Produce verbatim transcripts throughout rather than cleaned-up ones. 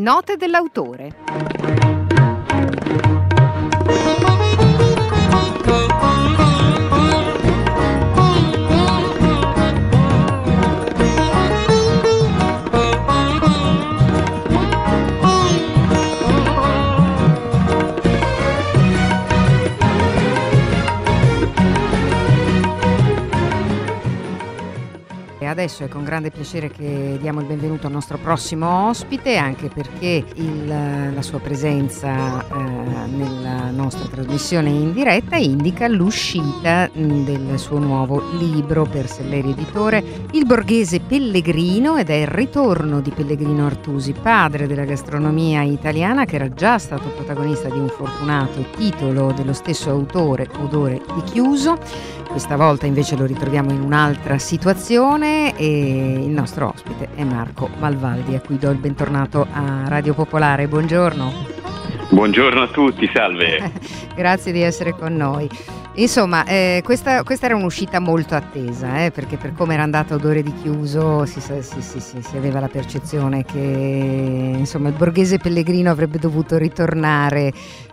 Note dell'autore. Adesso è con grande piacere che diamo il benvenuto al nostro prossimo ospite, anche perché il, la sua presenza eh, nella nostra trasmissione in diretta indica l'uscita mh, del suo nuovo libro per Sellerio Editore, Il borghese pellegrino, ed è il ritorno di Pellegrino Artusi, padre della gastronomia italiana, che era già stato protagonista di un fortunato titolo dello stesso autore, Odore di chiuso. Questa volta invece lo ritroviamo in un'altra situazione e il nostro ospite è Marco Malvaldi, a cui do il bentornato a Radio Popolare. Buongiorno. Buongiorno a tutti, salve. Grazie di essere con noi. Insomma, eh, questa, questa era un'uscita molto attesa, eh, perché per come era andato Odore di chiuso si, si, si, si, si aveva la percezione che insomma il borghese pellegrino avrebbe dovuto ritornare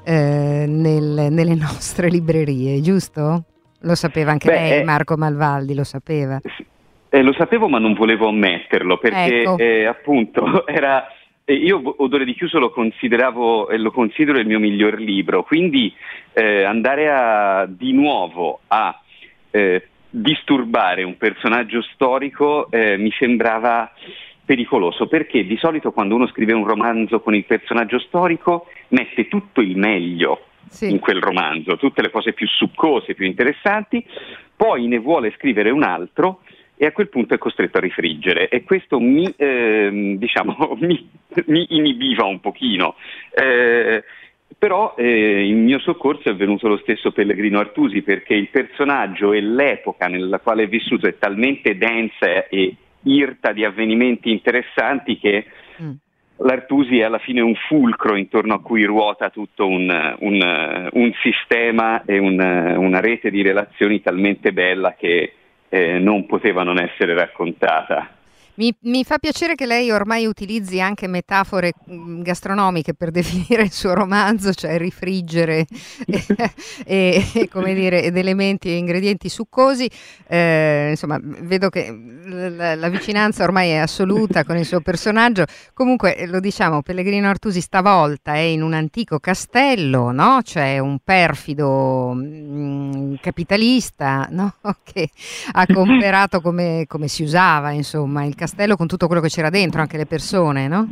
eh, nel, nelle nostre librerie, giusto? Lo sapeva anche Beh, lei, Marco Malvaldi, lo sapeva? Eh, lo sapevo, ma non volevo ammetterlo, perché ecco. eh, appunto era eh, io Odore di chiuso lo consideravo e lo considero il mio miglior libro, quindi eh, andare a di nuovo a eh, disturbare un personaggio storico eh, mi sembrava pericoloso, perché di solito quando uno scrive un romanzo con il personaggio storico mette tutto il meglio Sì. in quel romanzo, tutte le cose più succose, più interessanti, poi ne vuole scrivere un altro e a quel punto è costretto a rifriggere, e questo mi, eh, diciamo, mi, mi inibiva un pochino. Eh, però eh, in mio soccorso è venuto lo stesso Pellegrino Artusi, perché il personaggio e l'epoca nella quale è vissuto è talmente densa e irta di avvenimenti interessanti che mm. l'Artusi è alla fine un fulcro intorno a cui ruota tutto un, un, un sistema e un, una rete di relazioni talmente bella che eh, non poteva non essere raccontata. Mi, mi fa piacere che lei ormai utilizzi anche metafore gastronomiche per definire il suo romanzo, cioè rifriggere e, e come dire, ed elementi e ingredienti succosi. Eh, insomma, vedo che la, la vicinanza ormai è assoluta con il suo personaggio. Comunque, lo diciamo, Pellegrino Artusi stavolta è in un antico castello, no? C'è un perfido mh, capitalista, no? Che ha comperato come, come si usava, insomma, il castello con tutto quello che c'era dentro, anche le persone, no?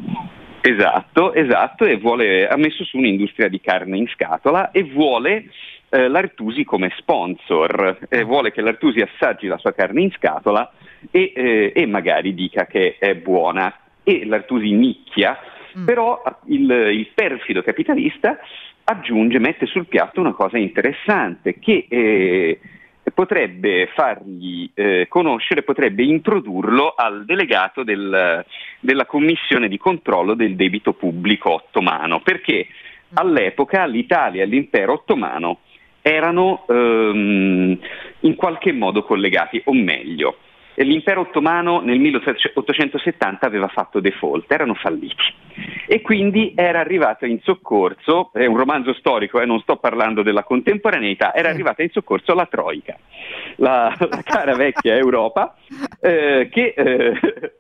Esatto, esatto, e vuole, ha messo su un'industria di carne in scatola e vuole eh, l'Artusi come sponsor, eh, vuole che l'Artusi assaggi la sua carne in scatola e, eh, e magari dica che è buona, e l'Artusi nicchia, mm. però il, il perfido capitalista aggiunge, mette sul piatto una cosa interessante che eh, potrebbe fargli eh, conoscere, potrebbe introdurlo al delegato del, della commissione di controllo del debito pubblico ottomano, perché all'epoca l'Italia e l'impero ottomano erano ehm, in qualche modo collegati, o meglio, l'impero ottomano nel milleottocentosettanta aveva fatto default, erano falliti, e quindi era arrivata in soccorso, è un romanzo storico, eh, non sto parlando della contemporaneità, era arrivata in soccorso la Troika, la, la cara vecchia Europa, eh, che, eh,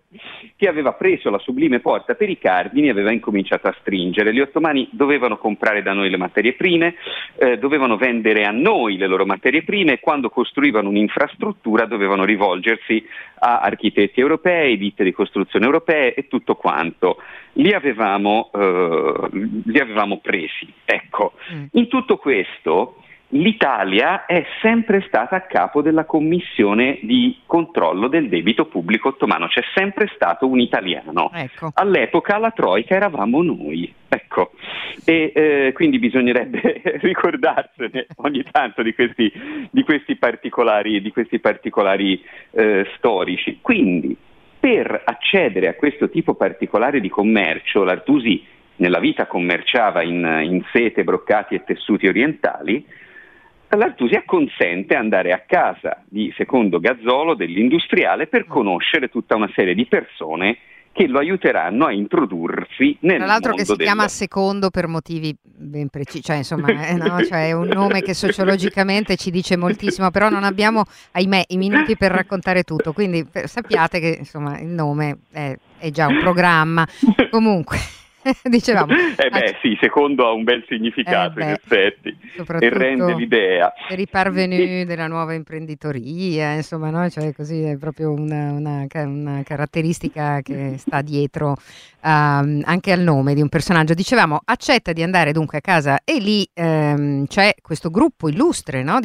che aveva preso la sublime porta per i cardini e aveva incominciato a stringere. Gli ottomani dovevano comprare da noi le materie prime, eh, dovevano vendere a noi le loro materie prime, e quando costruivano un'infrastruttura dovevano rivolgersi a architetti europei, ditte di costruzione europee e tutto quanto. Li avevamo, eh, li avevamo presi. Ecco, mm. in tutto questo l'Italia è sempre stata a capo della commissione di controllo del debito pubblico ottomano, c'è sempre stato un italiano. Ecco. All'epoca la Troika eravamo noi, ecco, e eh, quindi bisognerebbe ricordarsene ogni tanto di questi, di questi particolari, di questi particolari eh, storici. Quindi, per accedere a questo tipo particolare di commercio, l'Artusi nella vita commerciava in, in sete, broccati e tessuti orientali. L'Artusi acconsente andare a casa di Secondo Gazzolo, dell'industriale, per conoscere tutta una serie di persone che lo aiuteranno a introdursi nel Tra l'altro mondo che si del... chiama secondo per motivi ben precisi, cioè insomma eh, no? Cioè, è un nome che sociologicamente ci dice moltissimo, però non abbiamo, ahimè, i minuti per raccontare tutto, quindi sappiate che insomma il nome è, è già un programma. Comunque dicevamo eh beh sì, secondo ha un bel significato eh beh, in effetti e rende l'idea per i parvenu e... della nuova imprenditoria, insomma, no? Cioè così è proprio una, una, una caratteristica che sta dietro um, anche al nome di un personaggio. Dicevamo, accetta di andare dunque a casa e lì um, c'è questo gruppo illustre, no? Di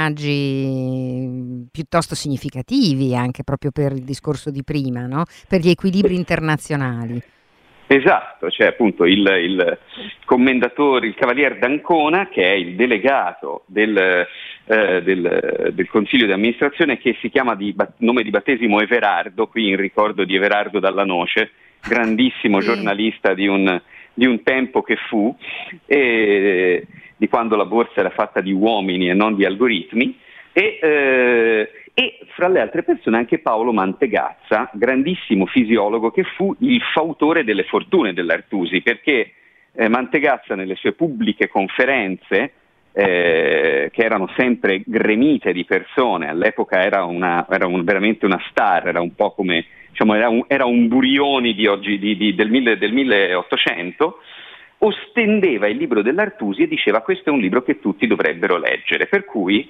personaggi piuttosto significativi anche proprio per il discorso di prima, no? Per gli equilibri internazionali. Esatto, c'è appunto il, il commendatore, il Cavalier d'Ancona, che è il delegato del, eh, del, del Consiglio di amministrazione, che si chiama di nome di battesimo Everardo, qui in ricordo di Everardo Dalla Noce, grandissimo sì. giornalista di un, di un tempo che fu, e, di quando la borsa era fatta di uomini e non di algoritmi, e... Eh, e fra le altre persone anche Paolo Mantegazza, grandissimo fisiologo che fu il fautore delle fortune dell'Artusi, perché eh, Mantegazza nelle sue pubbliche conferenze, eh, che erano sempre gremite di persone, all'epoca era, una, era un, veramente una star, era un po' come, diciamo, era un, era un Burioni di oggi, di, di, del, mille, del milleottocento, ostendeva il libro dell'Artusi e diceva: questo è un libro che tutti dovrebbero leggere, per cui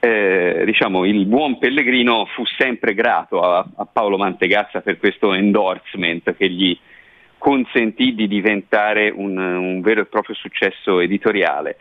Eh, diciamo il buon Pellegrino fu sempre grato a, a Paolo Mantegazza per questo endorsement che gli consentì di diventare un, un vero e proprio successo editoriale.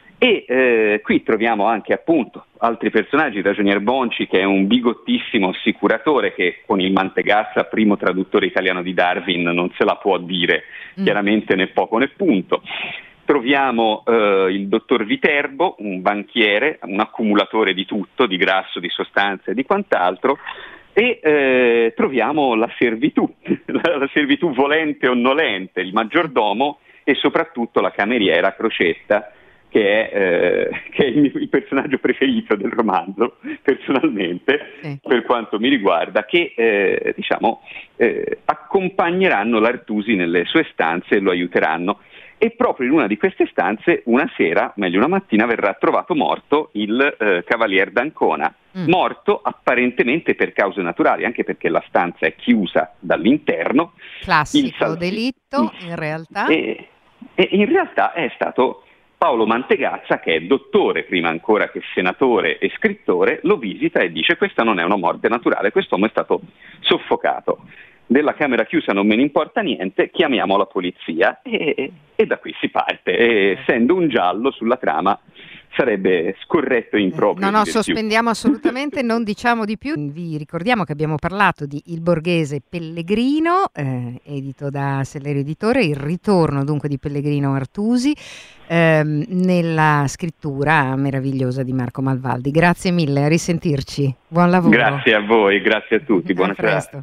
E eh, qui troviamo anche appunto altri personaggi, Ragionier Bonci, che è un bigottissimo assicuratore che con il Mantegazza, primo traduttore italiano di Darwin, non se la può dire mm. chiaramente né poco né punto. Troviamo eh, il dottor Viterbo, un banchiere, un accumulatore di tutto, di grasso, di sostanze e di quant'altro, e eh, troviamo la servitù, la, la servitù volente o nolente, il maggiordomo e soprattutto la cameriera Crocetta, che è, eh, che è il, mio, il personaggio preferito del romanzo, personalmente, sì. per quanto mi riguarda, che eh, diciamo eh, accompagneranno l'Artusi nelle sue stanze e lo aiuteranno. E proprio in una di queste stanze, una sera, meglio una mattina, verrà trovato morto il eh, Cavalier d'Ancona, mm. morto apparentemente per cause naturali, anche perché la stanza è chiusa dall'interno. Classico sal- delitto, in realtà. E, e in realtà è stato Paolo Mantegazza, che è dottore prima ancora che senatore e scrittore, lo visita e dice: questa non è una morte naturale, quest'uomo è stato soffocato. Della camera chiusa non me ne importa niente, chiamiamo la polizia e, e da qui si parte. E, essendo un giallo sulla trama sarebbe scorretto e improprio. No, no, sospendiamo assolutamente, non diciamo di più. Vi ricordiamo che abbiamo parlato di Il Borghese Pellegrino, eh, edito da Sellerio Editore, il ritorno dunque di Pellegrino Artusi ehm, nella scrittura meravigliosa di Marco Malvaldi. Grazie mille, a risentirci. Buon lavoro. Grazie a voi, grazie a tutti, buona serata.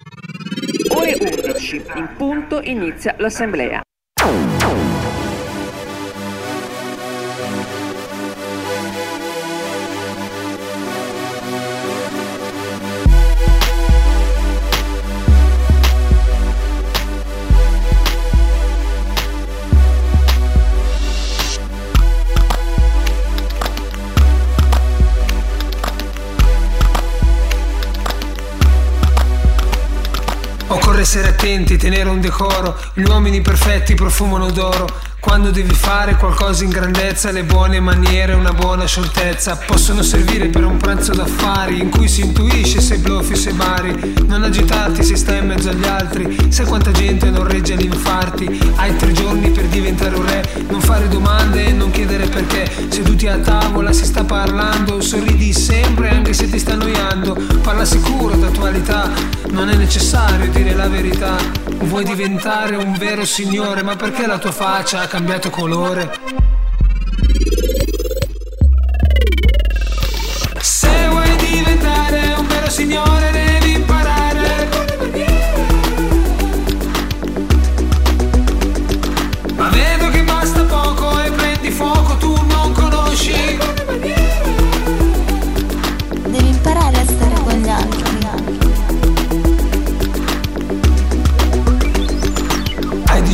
Ore undici, in punto inizia l'assemblea. Occorre essere attenti, tenere un decoro. Gli uomini perfetti profumano d'oro. Quando devi fare qualcosa in grandezza, le buone maniere e una buona scioltezza possono servire per un pranzo d'affari in cui si intuisce se bluffi, se bari. Non agitarti se stai in mezzo agli altri, sai quanta gente non regge agli infarti. Hai tre giorni per diventare un re, non fare domande e non chiedere perché. Seduti a tavola si sta parlando, sorridi sempre anche se ti sta annoiando. Parla sicuro d'attualità, non è necessario dire la verità. Vuoi diventare un vero signore, ma perché la tua faccia ha cambiato colore? Se vuoi diventare un vero signore devi imparare. Ma vedo che basta poco e prendi fuoco, tu non conosci. Devi imparare a stare con gli altri.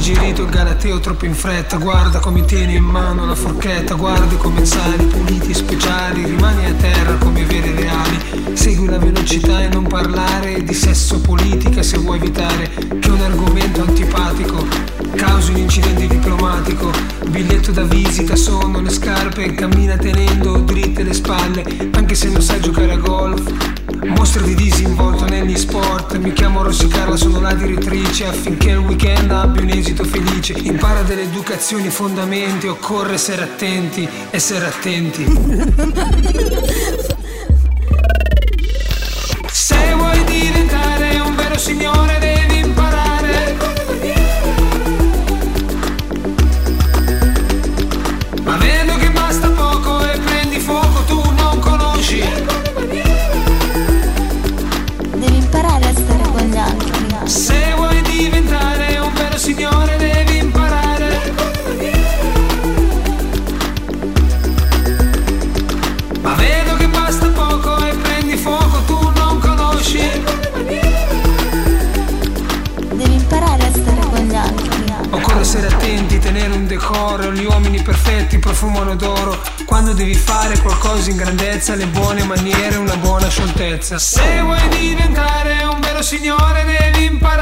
digerito il galateo troppo in fretta. Guarda come tieni in mano la forchetta, guarda i commensali puliti e speciali. Rimani a terra come vere reali, segui la velocità e non parlare di sesso politica se vuoi evitare che un argomento antipatico causi un incidente diplomatico. Biglietto da visita sono le scarpe, cammina tenendo dritte le spalle, anche se non sai giocare a golf. Mostrati disinvolto negli sport. Mi chiamo Rossi Carla, sono la direttrice, affinché il weekend abbia un esito felice. Impara delle educazioni, fondamenti, occorre essere attenti, essere attenti. Se vuoi diventare un vero signore devi imparare, ma vedo che basta poco e prendi fuoco, tu non conosci. Devi imparare a stare con gli altri. Se vuoi diventare un vero signore devi imparare, ma vedo che basta poco e prendi fuoco, tu non conosci. Devi imparare a stare con gli altri. Occorre essere attenti, tenere un decoro. Gli uomini perfetti profumano d'oro. Quando devi fare qualcosa in grandezza, le buone maniere, una buona scioltezza. Se vuoi diventare un vero signore devi imparare,